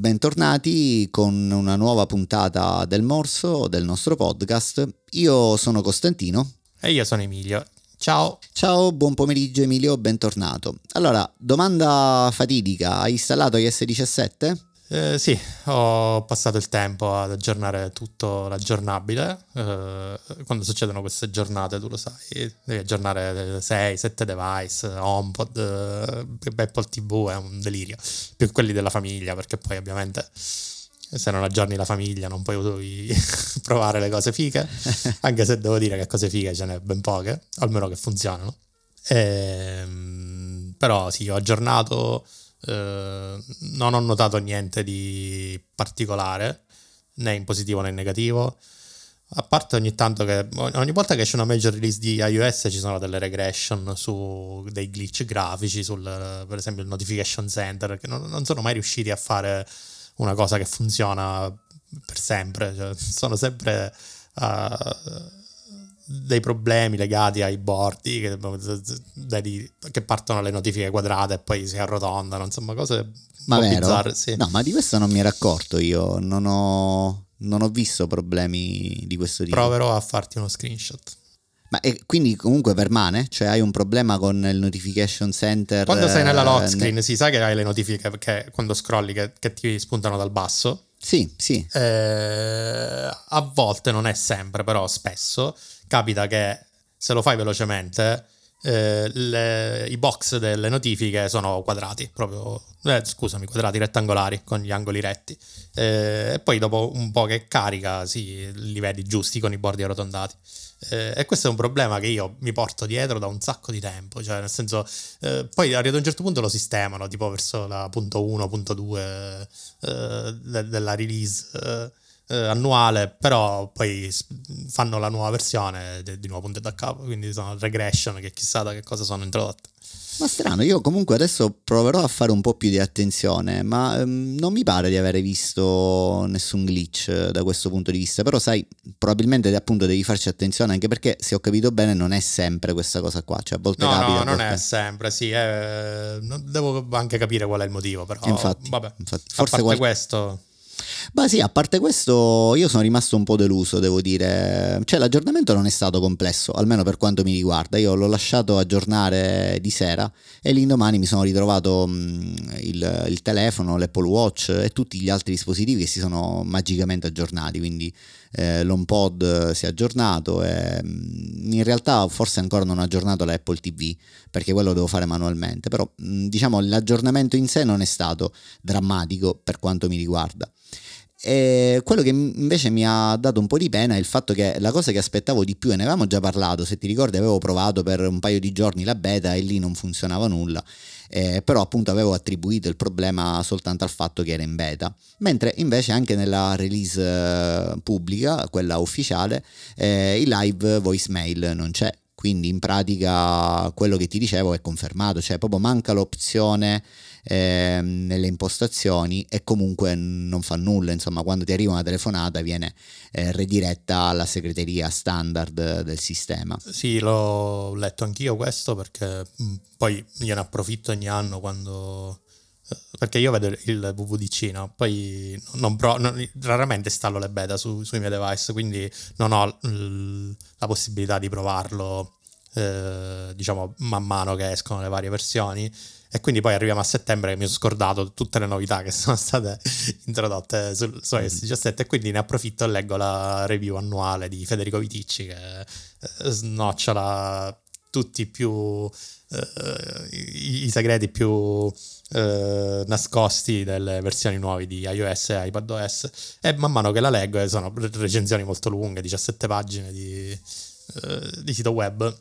bentornati con una nuova puntata del Morso, del nostro podcast. Io sono Costantino. E io sono Emilio. Ciao. Ciao, buon pomeriggio Emilio, bentornato. Allora, domanda fatidica, hai installato iOS 17? Sì, ho passato il tempo ad aggiornare tutto l'aggiornabile. Quando succedono queste giornate, tu lo sai, devi aggiornare 6-7 device, HomePod, Apple TV, è un delirio. Più quelli della famiglia, perché poi ovviamente se non aggiorni la famiglia non puoi provare le cose fighe, anche se devo dire che cose fighe ce n'è ben poche, almeno che funzionano. Però sì, ho aggiornato. Non ho notato niente di particolare, né in positivo né in negativo, a parte ogni tanto che ogni volta che c'è una major release di iOS ci sono delle regression su dei glitch grafici per esempio il notification center, che non sono mai riusciti a fare una cosa che funziona per sempre, cioè, sono sempre dei problemi legati ai bordi che partono le notifiche quadrate e poi si arrotondano, insomma cose un po' bizzarre, sì. No, ma di questo non mi ero accorto, io non ho visto problemi di questo tipo. Proverò a farti uno screenshot. Ma quindi comunque permane? Cioè hai un problema con il notification center? Quando sei nella lock screen si sa che hai le notifiche che quando scrolli che ti spuntano dal basso. Sì. A volte, non è sempre, però spesso capita che se lo fai velocemente i box delle notifiche sono quadrati, proprio quadrati rettangolari con gli angoli retti, e poi dopo un po' che carica li vedi giusti con i bordi arrotondati, e questo è un problema che io mi porto dietro da un sacco di tempo, cioè nel senso poi arrivato a un certo punto lo sistemano tipo verso la .1, .2 della release annuale, però poi fanno la nuova versione di nuovo punto da capo, quindi sono regression che chissà da che cosa sono introdotte. Ma strano, io comunque adesso proverò a fare un po' più di attenzione, ma non mi pare di avere visto nessun glitch da questo punto di vista, però sai, probabilmente appunto devi farci attenzione, anche perché se ho capito bene non è sempre questa cosa qua, cioè a volte capita. No, non è sempre, sì, devo anche capire qual è il motivo, però infatti, forse a parte questo... Beh sì, a parte questo io sono rimasto un po' deluso, devo dire, cioè l'aggiornamento non è stato complesso, almeno per quanto mi riguarda. Io l'ho lasciato aggiornare di sera e l'indomani mi sono ritrovato il telefono, l'Apple Watch e tutti gli altri dispositivi che si sono magicamente aggiornati, quindi l'HomePod si è aggiornato e in realtà forse ancora non ho aggiornato l'Apple TV perché quello devo fare manualmente, però diciamo l'aggiornamento in sé non è stato drammatico per quanto mi riguarda. E quello che invece mi ha dato un po' di pena è il fatto che la cosa che aspettavo di più, e ne avevamo già parlato, se ti ricordi avevo provato per un paio di giorni la beta e lì non funzionava nulla, però appunto avevo attribuito il problema soltanto al fatto che era in beta, mentre invece anche nella release pubblica, quella ufficiale, il live voicemail non c'è. Quindi in pratica quello che ti dicevo è confermato, cioè proprio manca l'opzione nelle impostazioni e comunque non fa nulla, insomma quando ti arriva una telefonata viene rediretta alla segreteria standard del sistema. Sì, l'ho letto anch'io questo, perché poi gliene approfitto ogni anno perché io vedo il WWDC, no? Poi raramente installo le beta sui miei device, quindi non ho la possibilità di provarlo diciamo man mano che escono le varie versioni, e quindi poi arriviamo a settembre che mi sono scordato tutte le novità che sono state introdotte su iOS 17, e quindi ne approfitto e leggo la review annuale di Federico Viticci che snocciola tutti i segreti più nascosti delle versioni nuove di iOS e iPadOS, e man mano che la leggo, sono recensioni molto lunghe, 17 pagine di sito web,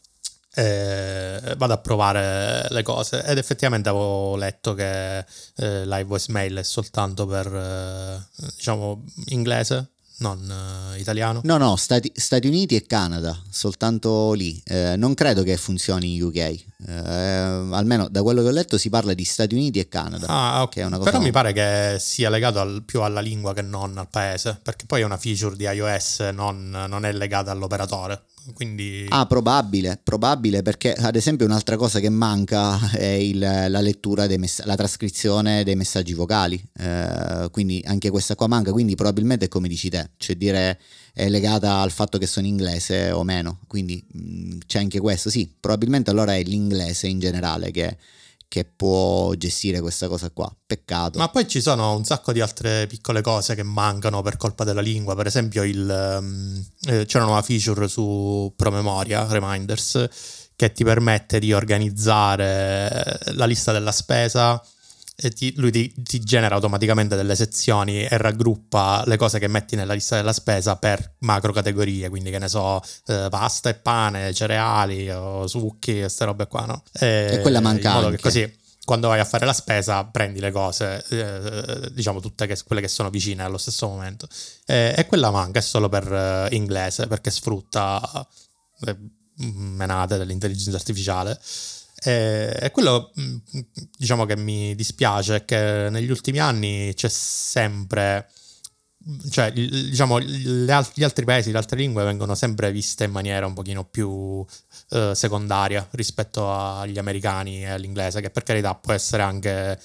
vado a provare le cose, ed effettivamente avevo letto che live voicemail è soltanto per diciamo inglese, non italiano. No, Stati Uniti e Canada, soltanto lì. Non credo che funzioni in UK. Almeno da quello che ho letto si parla di Stati Uniti e Canada. Ah, ok. Che è una cosa però mi pare che sia legato più alla lingua che non al paese, perché poi è una feature di iOS, non è legata all'operatore. quindi... Probabile, perché ad esempio un'altra cosa che manca è la lettura la trascrizione dei messaggi vocali, quindi anche questa qua manca, quindi probabilmente è come dici te, cioè dire è legata al fatto che sono inglese o meno, quindi c'è anche questo, sì, probabilmente allora è l'inglese in generale che può gestire questa cosa qua, peccato. Ma poi ci sono un sacco di altre piccole cose che mancano per colpa della lingua, per esempio c'è una nuova feature su Promemoria, Reminders, che ti permette di organizzare la lista della spesa e lui ti genera automaticamente delle sezioni e raggruppa le cose che metti nella lista della spesa per macro categorie, quindi che ne so, pasta e pane, cereali o succhi, queste robe qua, no? E quella manca in modo anche. che così quando vai a fare la spesa prendi le cose, diciamo tutte quelle che sono vicine allo stesso momento. E quella manca, è solo per inglese, perché sfrutta le menate dell'intelligenza artificiale. E quello, diciamo, che mi dispiace è che negli ultimi anni c'è sempre, cioè, diciamo, gli altri paesi, le altre lingue vengono sempre viste in maniera un pochino più secondaria rispetto agli americani e all'inglese, che per carità può essere anche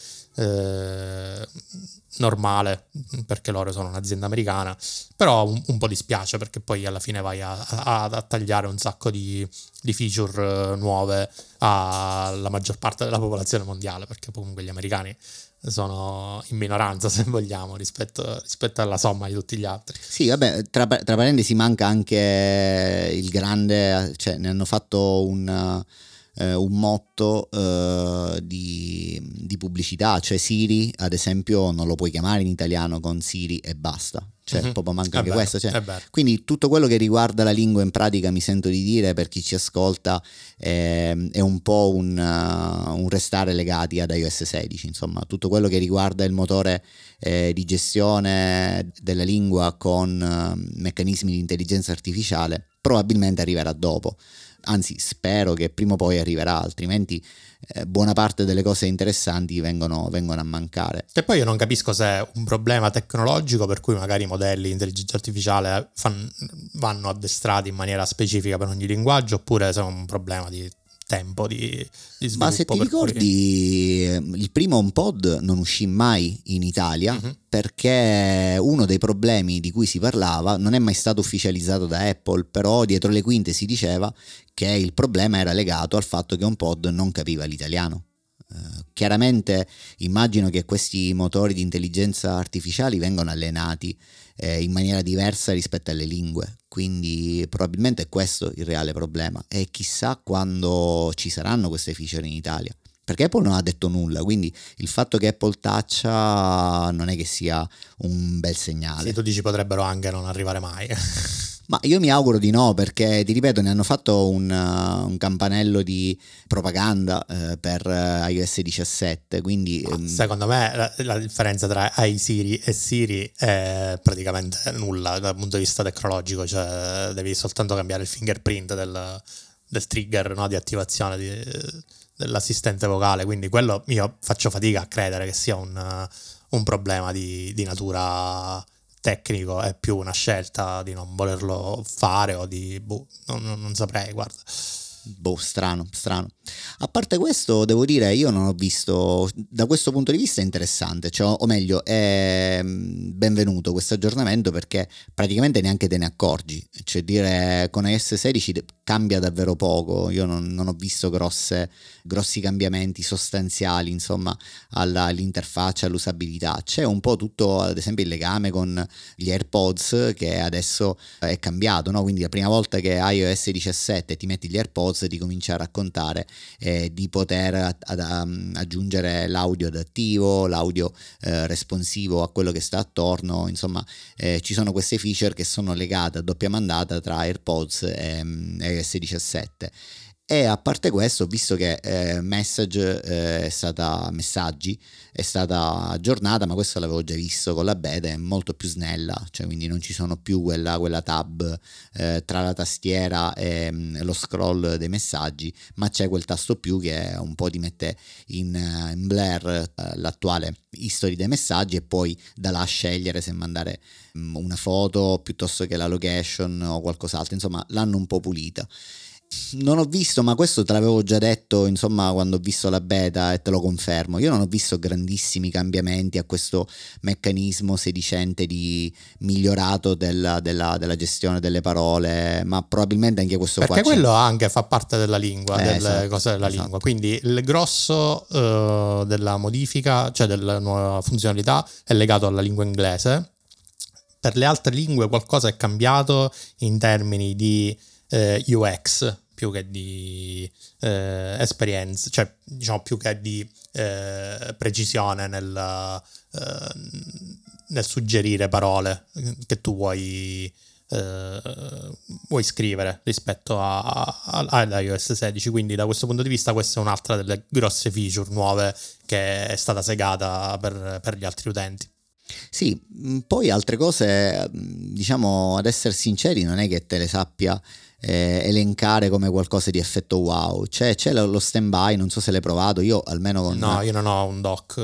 normale, perché loro sono un'azienda americana, però un po' dispiace, perché poi alla fine vai a tagliare un sacco di feature nuove alla maggior parte della popolazione mondiale, perché comunque gli americani sono in minoranza, se vogliamo, rispetto alla somma di tutti gli altri. Sì, vabbè, tra parentesi manca anche il grande, cioè ne hanno fatto un motto di pubblicità, cioè Siri ad esempio non lo puoi chiamare in italiano con Siri e basta, cioè proprio manca anche questo, cioè. Quindi tutto quello che riguarda la lingua, in pratica, mi sento di dire, per chi ci ascolta, è un po' un restare legati ad iOS 16, insomma tutto quello che riguarda il motore di gestione della lingua con meccanismi di intelligenza artificiale probabilmente arriverà dopo. Anzi, spero che prima o poi arriverà, altrimenti buona parte delle cose interessanti vengono a mancare. E poi io non capisco se è un problema tecnologico, per cui magari i modelli di intelligenza artificiale vanno addestrati in maniera specifica per ogni linguaggio, oppure se è un problema di tempo di sviluppo. Ma se ti ricordi, il primo HomePod non uscì mai in Italia, perché uno dei problemi di cui si parlava non è mai stato ufficializzato da Apple, però dietro le quinte si diceva che il problema era legato al fatto che HomePod non capiva l'italiano. Chiaramente immagino che questi motori di intelligenza artificiali vengano allenati in maniera diversa rispetto alle lingue, quindi probabilmente è questo il reale problema, e chissà quando ci saranno queste feature in Italia, perché Apple non ha detto nulla, quindi il fatto che Apple taccia non è che sia un bel segnale. Sì, tu dici potrebbero anche non arrivare mai. Ma io mi auguro di no, perché ti ripeto, ne hanno fatto un campanello di propaganda per iOS 17, quindi secondo me la differenza tra iSiri e Siri è praticamente nulla dal punto di vista tecnologico, cioè devi soltanto cambiare il fingerprint del trigger, no, di attivazione dell'assistente vocale, quindi quello io faccio fatica a credere che sia un problema di natura tecnico, è più una scelta di non volerlo fare o di non saprei, guarda. Strano. A parte questo, devo dire, io non ho visto, da questo punto di vista è interessante, cioè, o meglio, è benvenuto questo aggiornamento, perché praticamente neanche te ne accorgi, cioè dire con iOS 16 cambia davvero poco, io non ho visto grossi cambiamenti sostanziali, insomma, all'interfaccia, all'usabilità. C'è un po' tutto, ad esempio, il legame con gli AirPods, che adesso è cambiato, no? Quindi la prima volta che iOS 17 ti metti gli AirPods ti comincia a raccontare di poter aggiungere l'audio adattivo, l'audio responsivo a quello che sta attorno, insomma ci sono queste feature che sono legate a doppia mandata tra AirPods e iOS 17. E a parte questo, ho visto che Messaggi è stata aggiornata, ma questo l'avevo già visto con la beta, è molto più snella, cioè quindi non ci sono più quella tab tra la tastiera e lo scroll dei messaggi, ma c'è quel tasto più che un po' ti mette in blur l'attuale history dei messaggi, e poi da là scegliere se mandare una foto piuttosto che la location o qualcos'altro. Insomma, l'hanno un po' pulita. Non ho visto, ma questo te l'avevo già detto, insomma, quando ho visto la beta, e te lo confermo, io non ho visto grandissimi cambiamenti a questo meccanismo sedicente di migliorato della gestione delle parole, ma probabilmente anche questo perché qua quello anche fa parte della lingua, delle esatto, cose della esatto. lingua. Quindi il grosso della modifica, cioè della nuova funzionalità, è legato alla lingua inglese. Per le altre lingue qualcosa è cambiato in termini di UX più che di esperienza, cioè diciamo più che di precisione nel suggerire parole che tu vuoi scrivere rispetto ad iOS 16. Quindi da questo punto di vista questa è un'altra delle grosse feature nuove che è stata segata per gli altri utenti. Sì, poi altre cose, diciamo, ad essere sinceri, non è che te le sappia elencare come qualcosa di effetto wow. C'è lo standby, non so se l'hai provato, io almeno con... No, io non ho un dock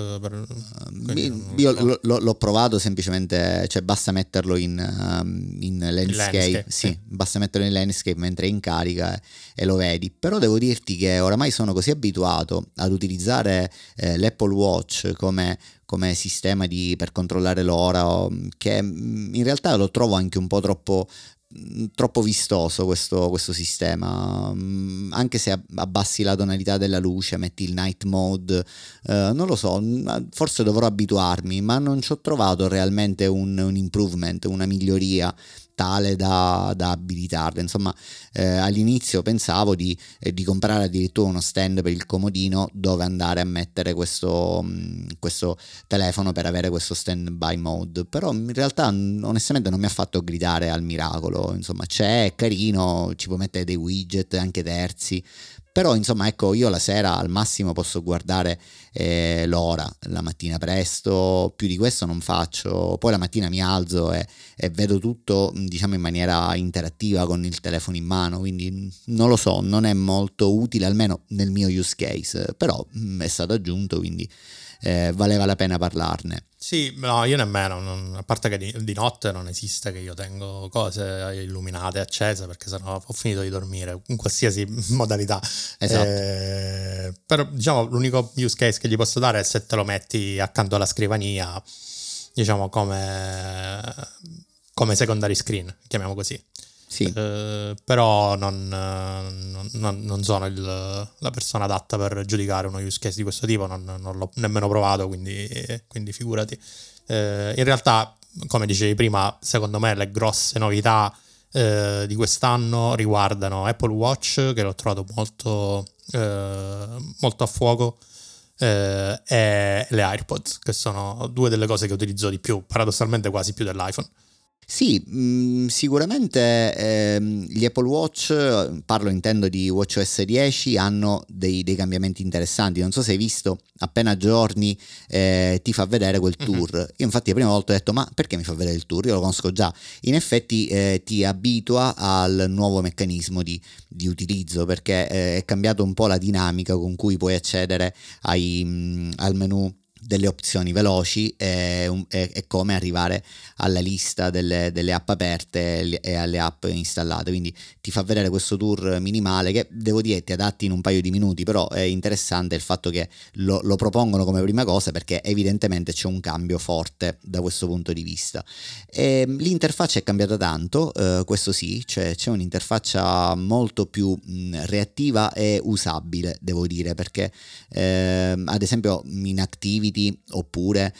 io l'ho provato semplicemente, cioè basta metterlo in landscape, sì, sì. basta metterlo in landscape mentre è in carica e lo vedi. Però devo dirti che oramai sono così abituato ad utilizzare l'Apple Watch come sistema per controllare l'ora, che in realtà lo trovo anche un po' troppo vistoso questo sistema, anche se abbassi la tonalità della luce, metti il night mode, non lo so, forse dovrò abituarmi, ma non ci ho trovato realmente un improvement, una miglioria tale da abilitarle. Insomma, all'inizio pensavo di comprare addirittura uno stand per il comodino dove andare a mettere questo telefono per avere questo stand by mode, però in realtà onestamente non mi ha fatto gridare al miracolo. Insomma, è carino, ci può mettere dei widget anche terzi, però insomma, ecco, io la sera al massimo posso guardare l'ora, la mattina presto, più di questo non faccio. Poi la mattina mi alzo e vedo tutto, diciamo, in maniera interattiva con il telefono in mano, quindi non lo so, non è molto utile, almeno nel mio use case, però è stato aggiunto, quindi valeva la pena parlarne. Sì, no, io nemmeno, a parte che di notte non esiste che io tengo cose illuminate, accese, perché sennò ho finito di dormire, in qualsiasi modalità. Esatto. Però diciamo l'unico use case che gli posso dare è se te lo metti accanto alla scrivania, diciamo come secondary screen, chiamiamo così. Sì. Però non sono la persona adatta per giudicare uno use case di questo tipo, non l'ho nemmeno provato, quindi figurati. In realtà, come dicevi prima, secondo me le grosse novità di quest'anno riguardano Apple Watch, che l'ho trovato molto a fuoco, e le AirPods, che sono due delle cose che utilizzo di più, paradossalmente quasi più dell'iPhone. Sì, sicuramente gli Apple Watch, intendo di WatchOS 10, hanno dei cambiamenti interessanti. Non so se hai visto, appena aggiorni ti fa vedere quel tour. Io infatti la prima volta ho detto, ma perché mi fa vedere il tour? Io lo conosco già. In effetti ti abitua al nuovo meccanismo di utilizzo, perché è cambiato un po' la dinamica con cui puoi accedere al menu delle opzioni veloci e come arrivare alla lista delle app aperte e alle app installate. Quindi ti fa vedere questo tour minimale che, devo dire, ti adatti in un paio di minuti, però è interessante il fatto che lo propongono come prima cosa, perché evidentemente c'è un cambio forte da questo punto di vista. L'interfaccia è cambiata tanto, questo sì, c'è un'interfaccia molto più reattiva e usabile, devo dire, perché ad esempio in Activity Infinity oppure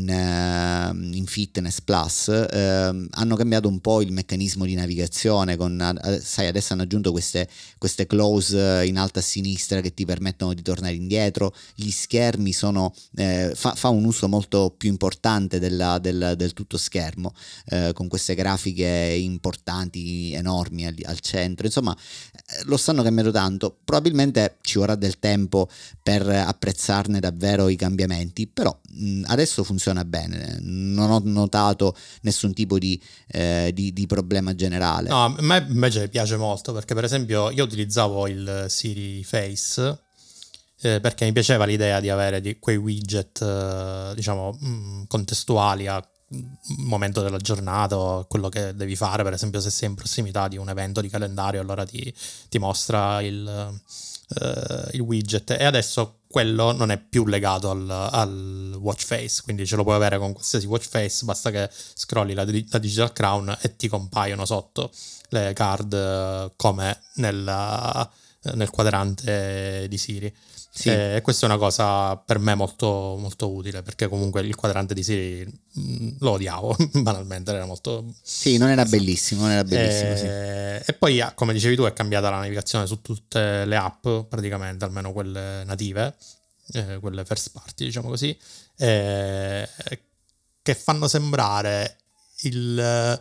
in Fitness Plus hanno cambiato un po' il meccanismo di navigazione sai, adesso hanno aggiunto queste close in alto a sinistra che ti permettono di tornare indietro, gli schermi sono fa un uso molto più importante del tutto schermo, con queste grafiche importanti, enormi al centro, insomma lo stanno cambiando tanto. Probabilmente ci vorrà del tempo per apprezzarne davvero i cambiamenti, però adesso funziona bene, non ho notato nessun tipo di problema generale. No, a me invece piace molto, perché per esempio io utilizzavo il Siri Face perché mi piaceva l'idea di avere quei widget diciamo contestuali a momento della giornata, quello che devi fare. Per esempio, se sei in prossimità di un evento di calendario, allora ti mostra il widget, e adesso quello non è più legato al watch face, quindi ce lo puoi avere con qualsiasi watch face, basta che scrolli la Digital Crown e ti compaiono sotto le card come nel quadrante di Siri. Sì. E questa è una cosa per me molto, molto utile, perché comunque il quadrante di Siri lo odiavo banalmente, era molto... Sì, non era bellissimo, sì. E poi, come dicevi tu, è cambiata la navigazione su tutte le app, praticamente, almeno quelle native, quelle first party, diciamo così, che fanno sembrare il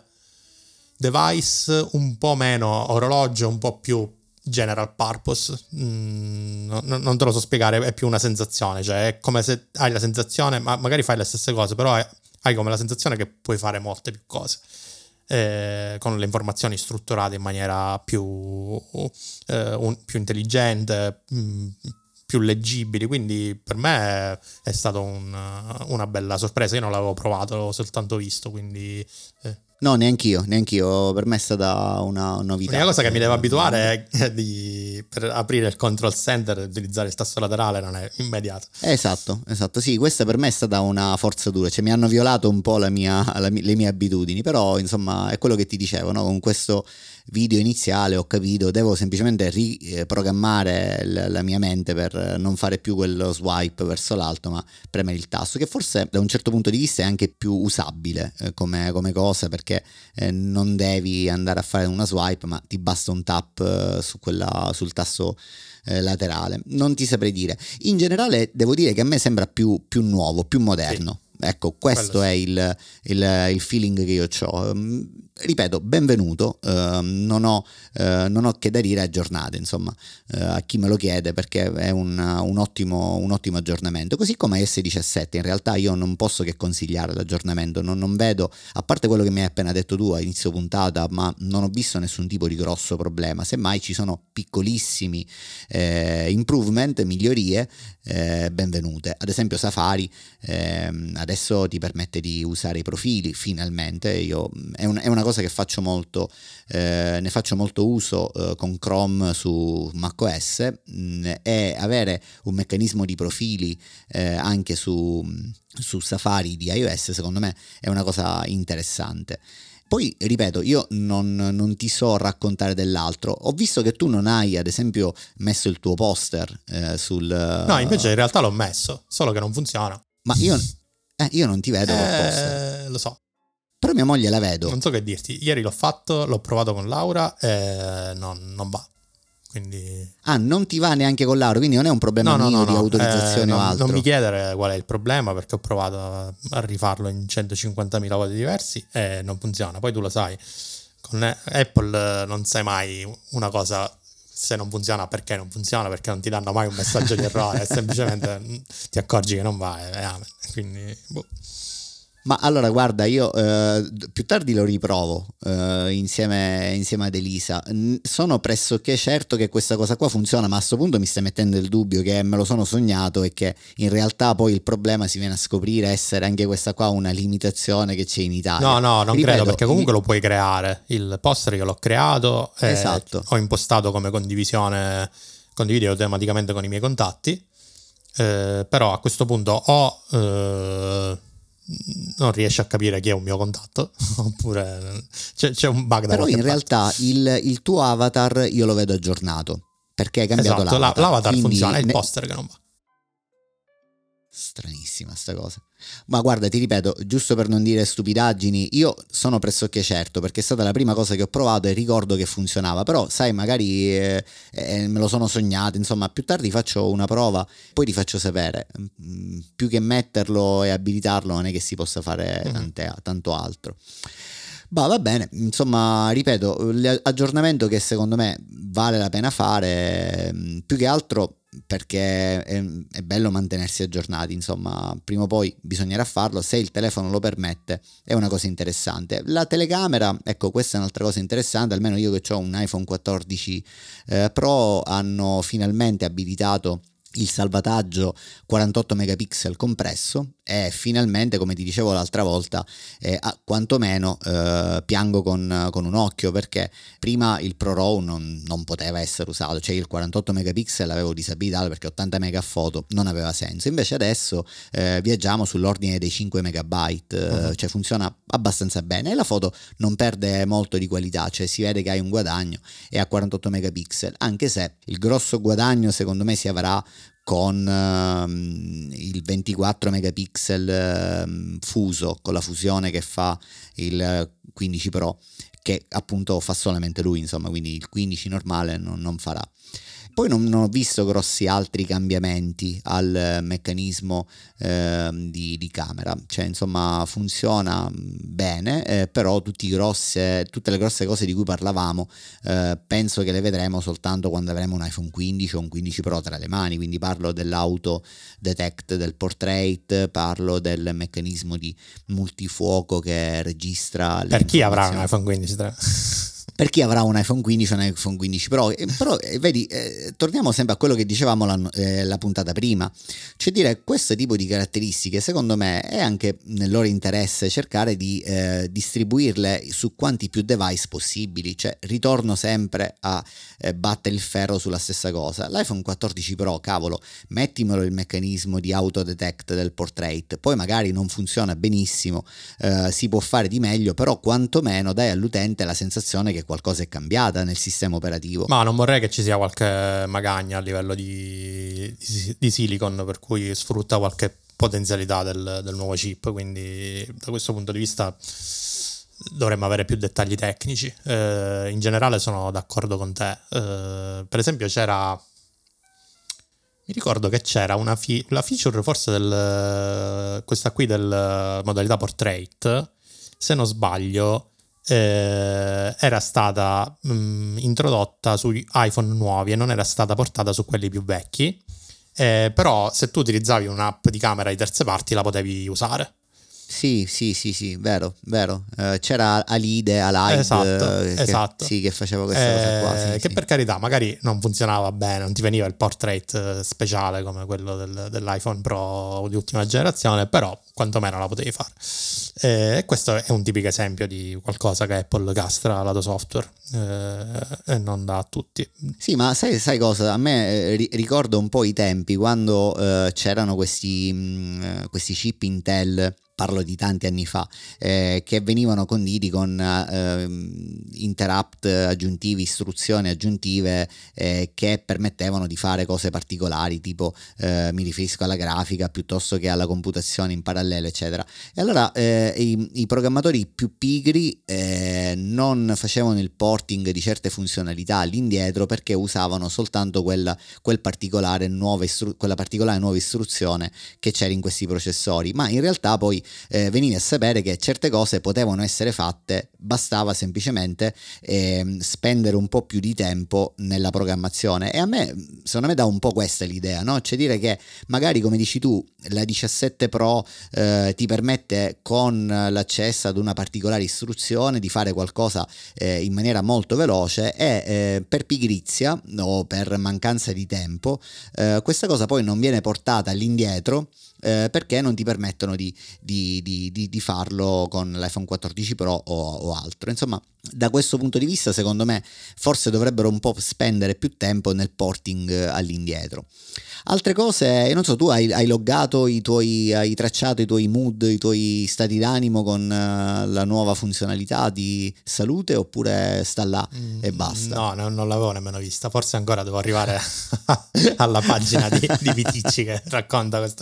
device un po' meno orologio, un po' più general purpose. Non te lo so spiegare, è più una sensazione, cioè è come se hai la sensazione, ma magari fai le stesse cose, però hai come la sensazione che puoi fare molte più cose, con le informazioni strutturate in maniera più più intelligente, più leggibili. Quindi per me è stata una bella sorpresa. Io non l'avevo provato, l'avevo soltanto visto, quindi no, neanch'io, per me è stata una novità. L'unica cosa che mi devo abituare è per aprire il control center e utilizzare il tasto laterale non è immediato. Esatto, sì, questa per me è stata una forzatura, cioè mi hanno violato un po' le mie abitudini, però insomma è quello che ti dicevo, no? Con questo video iniziale ho capito, devo semplicemente riprogrammare la mia mente per non fare più quello swipe verso l'alto, ma premere il tasto, che forse da un certo punto di vista è anche più usabile come cosa, perché non devi andare a fare una swipe, ma ti basta un tap sul tasto laterale. Non ti saprei dire. In generale devo dire che a me sembra più nuovo, più moderno. Sì. Ecco, questo è il feeling che io ho. Ripeto, benvenuto, non ho che da dire, aggiornate, insomma, a chi me lo chiede, perché è un ottimo aggiornamento. Così come S17, in realtà io non posso che consigliare l'aggiornamento, non vedo, a parte quello che mi hai appena detto tu a inizio puntata, ma non ho visto nessun tipo di grosso problema. Semmai ci sono piccolissimi improvement, migliorie, benvenute. Ad esempio Safari adesso ti permette di usare i profili, finalmente. È una cosa che faccio molto, ne faccio molto uso con Chrome su macOS, e avere un meccanismo di profili anche su Safari di iOS, secondo me è una cosa interessante. Poi, ripeto, io non ti so raccontare dell'altro. Ho visto che tu non hai, ad esempio, messo il tuo poster sul... No, invece in realtà l'ho messo, solo che non funziona. Ma io non ti vedo col poster. Lo so. Però mia moglie la vedo. Non so che dirti. Ieri l'ho fatto, l'ho provato con Laura e non va. Quindi... non ti va neanche con Laura, quindi non è un problema mio di autorizzazione o altro. Non mi chiedere qual è il problema, perché ho provato a rifarlo in 150.000 modi diversi e non funziona. Poi tu lo sai, con Apple non sai mai una cosa, se non funziona perché non funziona, perché non ti danno mai un messaggio di errore, semplicemente ti accorgi che non va e amen. Quindi Ma allora guarda, io più tardi lo riprovo insieme ad Elisa. Sono pressoché certo che questa cosa qua funziona, ma a sto punto mi stai mettendo il dubbio che me lo sono sognato e che in realtà poi il problema si viene a scoprire essere anche questa qua una limitazione che c'è in Italia. No, non credo, perché comunque lo puoi creare. Il poster io l'ho creato, esatto. Ho impostato come condivisione, condivido automaticamente con i miei contatti, però a questo punto non riesce a capire chi è un mio contatto, oppure c'è un bug da però in parte. realtà il tuo avatar io lo vedo aggiornato, perché hai cambiato esatto, l'avatar. l'avatar quindi funziona, è il poster che non va. Stranissima sta cosa. Ma guarda, ti ripeto, giusto per non dire stupidaggini, io sono pressoché certo, perché è stata la prima cosa che ho provato e ricordo che funzionava, però sai, magari me lo sono sognato, insomma, più tardi faccio una prova, poi ti faccio sapere. Più che metterlo e abilitarlo non è che si possa fare tanto altro. Bah, va bene, insomma, ripeto, l'aggiornamento che secondo me vale la pena fare, più che altro perché è bello mantenersi aggiornati, insomma, prima o poi bisognerà farlo, se il telefono lo permette, è una cosa interessante. La telecamera, ecco, questa è un'altra cosa interessante, almeno io che ho un iPhone 14 Pro, hanno finalmente abilitato il salvataggio 48 megapixel compresso e finalmente, come ti dicevo l'altra volta, quantomeno piango con un occhio, perché prima il Pro RAW non poteva essere usato, cioè il 48 megapixel l'avevo disabilitato perché 80 mega foto non aveva senso, invece adesso viaggiamo sull'ordine dei 5 megabyte, cioè funziona abbastanza bene e la foto non perde molto di qualità, cioè si vede che hai un guadagno e a 48 megapixel, anche se il grosso guadagno secondo me si avrà con il 24 megapixel fuso, con la fusione che fa il 15 Pro, che appunto fa solamente lui, insomma, quindi il 15 normale non farà. Poi non ho visto grossi altri cambiamenti al meccanismo di camera, cioè insomma funziona bene, però tutte le grosse cose di cui parlavamo penso che le vedremo soltanto quando avremo un iPhone 15 o un 15 Pro tra le mani, quindi parlo dell'auto detect del portrait, parlo del meccanismo di multifuoco che registra le per chi avrà un informazioni. iPhone 15 tra... Per chi avrà un iPhone 15 o un iPhone 15 Pro, però vedi, torniamo sempre a quello che dicevamo la puntata prima, cioè dire questo tipo di caratteristiche secondo me è anche nel loro interesse cercare di distribuirle su quanti più device possibili, cioè ritorno sempre a battere il ferro sulla stessa cosa. L'iPhone 14 Pro, cavolo, mettimelo il meccanismo di autodetect del portrait, poi magari non funziona benissimo, si può fare di meglio, però quantomeno dai all'utente la sensazione che qualcosa è cambiata nel sistema operativo. Ma non vorrei che ci sia qualche magagna a livello di silicon, per cui sfrutta qualche potenzialità del nuovo chip, quindi da questo punto di vista dovremmo avere più dettagli tecnici. In generale sono d'accordo con te. Per esempio mi ricordo che c'era la feature forse questa qui del modalità portrait, se non sbaglio, era stata introdotta sugli iPhone nuovi e non era stata portata su quelli più vecchi, però se tu utilizzavi un'app di camera di terze parti la potevi usare. Sì, vero. C'era Alide, Esatto. Che faceva questa cosa qua. Sì, che per carità magari non funzionava bene, non ti veniva il portrait speciale come quello dell'iPhone Pro di ultima generazione, però quantomeno la potevi fare. E questo è un tipico esempio di qualcosa che Apple castra lato software e non dà a tutti. Sì, ma sai cosa? A me ricordo un po' i tempi quando c'erano questi chip Intel, parlo di tanti anni fa, che venivano conditi con interrupt aggiuntivi, istruzioni aggiuntive che permettevano di fare cose particolari, tipo mi riferisco alla grafica piuttosto che alla computazione in parallelo, eccetera. E allora i programmatori più pigri non facevano il porting di certe funzionalità all'indietro perché usavano soltanto quella particolare nuova istruzione che c'era in questi processori, ma in realtà poi venivi a sapere che certe cose potevano essere fatte, bastava semplicemente spendere un po' più di tempo nella programmazione. E a me, secondo me, dà un po' questa l'idea, no? Cioè dire che magari, come dici tu, la 17 Pro ti permette con l'accesso ad una particolare istruzione di fare qualcosa in maniera molto veloce e per pigrizia o per mancanza di tempo questa cosa poi non viene portata all'indietro perché non ti permettono di farlo con l'iPhone 14 Pro o altro. Insomma, da questo punto di vista, secondo me, forse dovrebbero un po' spendere più tempo nel porting all'indietro. Altre cose, non so, tu hai loggato hai tracciato i tuoi mood, i tuoi stati d'animo con la nuova funzionalità di salute, oppure sta là e basta? No, non l'avevo nemmeno vista, forse ancora devo arrivare alla pagina di Viticci che racconta questa cosa.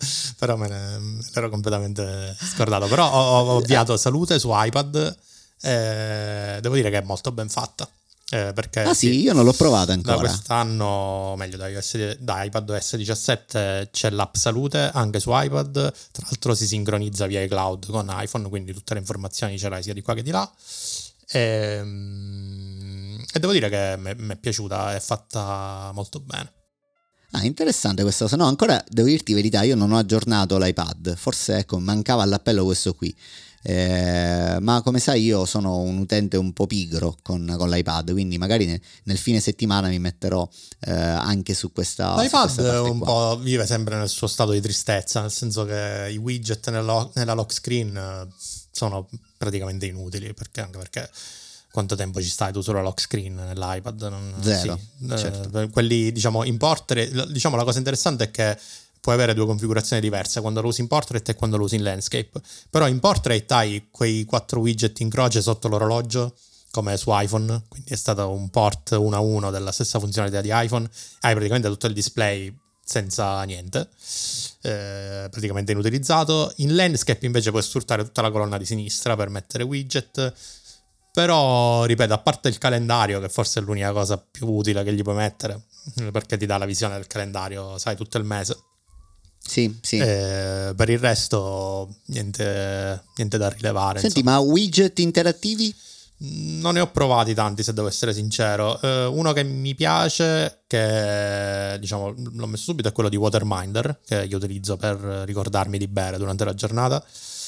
Però l'ero completamente scordato. Però ho avviato Salute su iPad. Devo dire che è molto ben fatta. Perché sì, io non l'ho provata da ancora. quest'anno, meglio da iPadOS 17 c'è l'app Salute anche su iPad. Tra l'altro si sincronizza via iCloud con iPhone, quindi tutte le informazioni ce l'hai sia di qua che di là. E devo dire che mi è piaciuta, è fatta molto bene. Interessante questa cosa. No, ancora devo dirti la verità, io non ho aggiornato l'iPad. Forse, ecco, mancava all'appello questo qui. Ma come sai io sono un utente un po' pigro con l'iPad, quindi magari nel fine settimana mi metterò anche su questa L'iPad un qua. po' vive sempre nel suo stato di tristezza, nel senso che i widget nella lock screen sono praticamente inutili, anche perché quanto tempo ci stai tu sulla lock screen nell'iPad? Zero, sì, certo. Quelli, diciamo, in portrait, diciamo, la cosa interessante è che puoi avere due configurazioni diverse quando lo usi in portrait e quando lo usi in landscape. Però in portrait hai quei 4 widget in croce sotto l'orologio, come su iPhone, quindi è stato un port 1-1 della stessa funzionalità di iPhone. Hai praticamente tutto il display senza niente, praticamente inutilizzato. In landscape invece puoi sfruttare tutta la colonna di sinistra per mettere widget. Però, ripeto, a parte il calendario, che forse è l'unica cosa più utile che gli puoi mettere, perché ti dà la visione del calendario, sai, tutto il mese. Sì. Per il resto niente da rilevare. Senti, insomma. ma widget interattivi? Non ne ho provati tanti, se devo essere sincero. Uno che mi piace, che diciamo l'ho messo subito, è quello di Waterminder, che io utilizzo per ricordarmi di bere durante la giornata.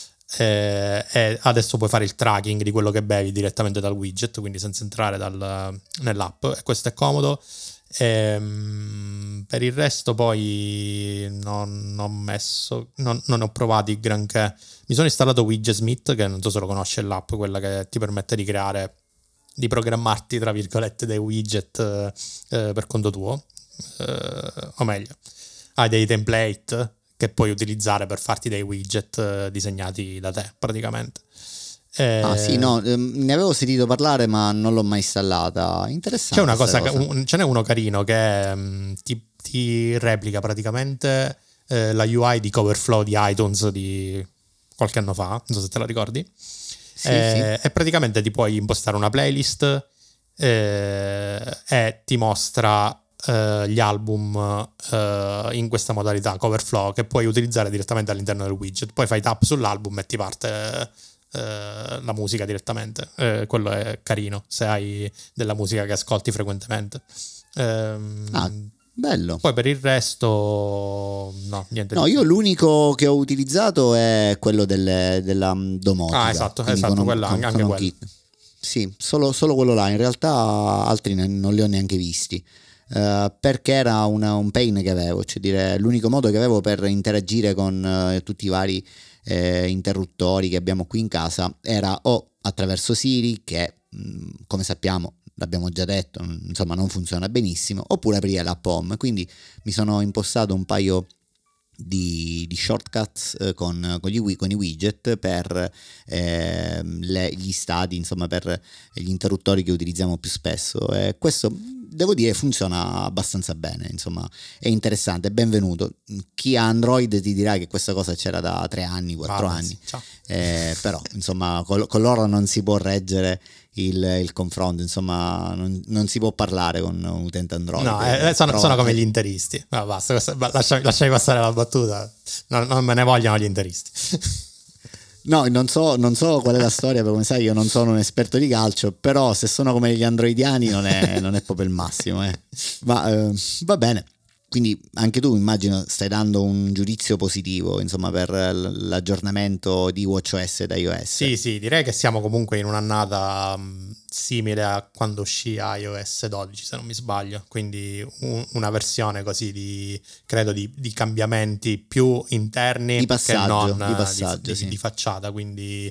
E adesso puoi fare il tracking di quello che bevi direttamente dal widget, quindi senza entrare nell'app, e questo è comodo. Per il resto poi non ho provati granché. Mi sono installato Widgesmith, che non so se lo conosci, è l'app quella che ti permette di programmarti tra virgolette dei widget per conto tuo, o meglio hai dei template che puoi utilizzare per farti dei widget disegnati da te praticamente. Sì, no, ne avevo sentito parlare ma non l'ho mai installata. Interessante. C'è una cosa. Ce n'è uno carino che ti replica praticamente la UI di Coverflow di iTunes di qualche anno fa, non so se te la ricordi. Sì. E praticamente ti puoi impostare una playlist e ti mostra gli album in questa modalità Coverflow, che puoi utilizzare direttamente all'interno del widget. Poi fai tap sull'album e ti parte la musica direttamente. Quello è carino se hai della musica che ascolti frequentemente. Bello. Poi per il resto no, niente. No, io l'unico che ho utilizzato è quello della domotica. Esatto, con quello, anche con quello. Sì, solo quello là. In realtà altri non li ho neanche visti. Perché era un pain che avevo, cioè dire, l'unico modo che avevo per interagire con tutti i vari interruttori che abbiamo qui in casa era o attraverso Siri, che come sappiamo, l'abbiamo già detto, insomma non funziona benissimo, oppure aprire l'app Home. Quindi mi sono impostato un paio di shortcuts con i widget per gli stati, insomma per gli interruttori che utilizziamo più spesso, e questo devo dire funziona abbastanza bene, insomma è interessante, è benvenuto. Chi ha Android ti dirà che questa cosa c'era da 3 anni, 4 anni, però insomma con loro non si può reggere il confronto, insomma non si può parlare con un utente Android. No, sono come gli interisti. No, basta, lasciami passare la battuta. Non me ne vogliono gli interisti. No, non so qual è la storia, perché come sai io non sono un esperto di calcio, però se sono come gli androidiani non è proprio il massimo. Ma va bene. Quindi anche tu immagino stai dando un giudizio positivo, insomma, per l'aggiornamento di WatchOS ed iOS. Sì, direi che siamo comunque in un'annata simile a quando uscì iOS 12, se non mi sbaglio, quindi una versione così credo di cambiamenti più interni di passaggio, che non di passaggio, sì. di facciata, quindi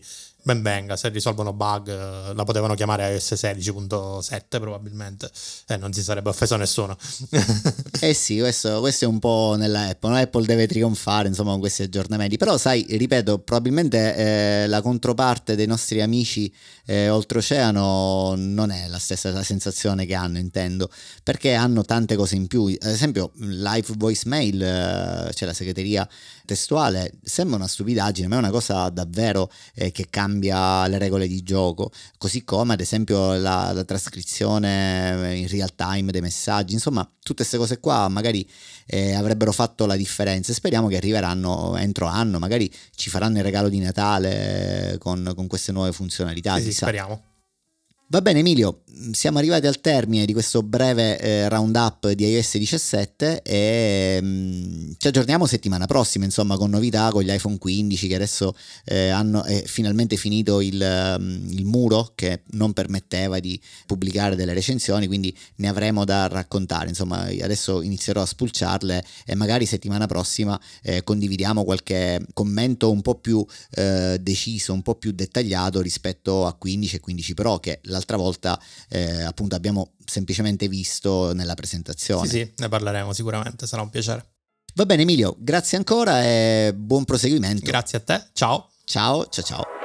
ben venga, se risolvono bug la potevano chiamare iOS 16.7 probabilmente e non si sarebbe offeso nessuno. Eh sì, questo è un po' nella Apple, no? Apple deve trionfare insomma con questi aggiornamenti, però sai, ripeto, probabilmente la controparte dei nostri amici oltreoceano non è la stessa sensazione che hanno, intendo, perché hanno tante cose in più, ad esempio live voicemail, cioè la segreteria testuale, sembra una stupidaggine, ma è una cosa davvero che cambia le regole di gioco, così come ad esempio la trascrizione in real time dei messaggi, insomma tutte queste cose qua magari avrebbero fatto la differenza. Speriamo che arriveranno entro anno, magari ci faranno il regalo di Natale con queste nuove funzionalità. Sì, speriamo. Va bene Emilio, siamo arrivati al termine di questo breve roundup di iOS 17 e ci aggiorniamo settimana prossima, insomma, con novità, con gli iPhone 15 che adesso hanno finalmente finito il muro che non permetteva di pubblicare delle recensioni, quindi ne avremo da raccontare. Insomma, adesso inizierò a spulciarle e magari settimana prossima condividiamo qualche commento un po' più deciso, un po' più dettagliato rispetto a 15 e 15 Pro, che l'altra volta appunto abbiamo semplicemente visto nella presentazione. Sì, ne parleremo sicuramente, sarà un piacere. Va bene Emilio, grazie ancora e buon proseguimento. Grazie a te, ciao. Ciao.